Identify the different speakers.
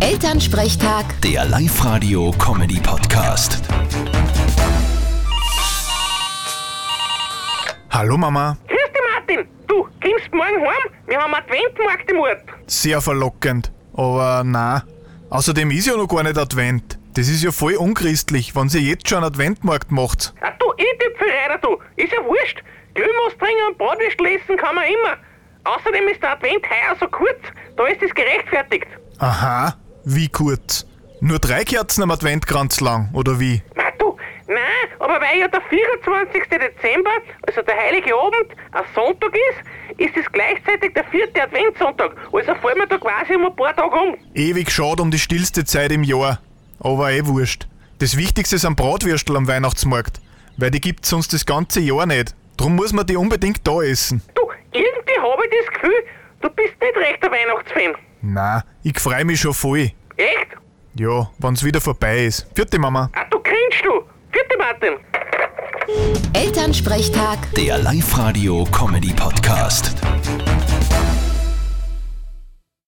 Speaker 1: Elternsprechtag,
Speaker 2: Der Live-Radio-Comedy-Podcast.
Speaker 3: Hallo Mama.
Speaker 4: Grüß dich, Martin. Du, kommst morgen heim? Wir haben Adventmarkt im Ort.
Speaker 3: Sehr verlockend, aber nein. Außerdem ist ja noch gar nicht Advent. Das ist ja voll unchristlich, wenn ihr jetzt schon einen Adventmarkt macht.
Speaker 4: Ah, du, Tüpfelreiter, du. Ist ja wurscht. Glühmus trinken und Bratwürstel essen kann man immer. Außerdem ist der Advent heuer so kurz. Da ist es gerechtfertigt.
Speaker 3: Aha, wie kurz? Nur 3 Kerzen am Adventkranz lang, oder wie?
Speaker 4: Na du, nein, aber weil ja der 24. Dezember, also der Heilige Abend, ein Sonntag ist es gleichzeitig der 4. Adventssonntag. Also fallen wir da quasi um ein paar Tage um.
Speaker 3: Ewig schade um die stillste Zeit im Jahr. Aber wurscht. Das Wichtigste sind Bratwürstel am Weihnachtsmarkt, weil die gibt's sonst das ganze Jahr nicht. Drum muss man die unbedingt da essen.
Speaker 4: Du, irgendwie habe ich das Gefühl, du bist nicht recht der Weihnachtsfan.
Speaker 3: Na, ich freu mich schon voll.
Speaker 4: Echt?
Speaker 3: Ja, wenn's wieder vorbei ist. Vierte Mama.
Speaker 4: Ah, du grinst du. Vierte Martin.
Speaker 1: Elternsprechtag.
Speaker 2: Der Live-Radio-Comedy-Podcast.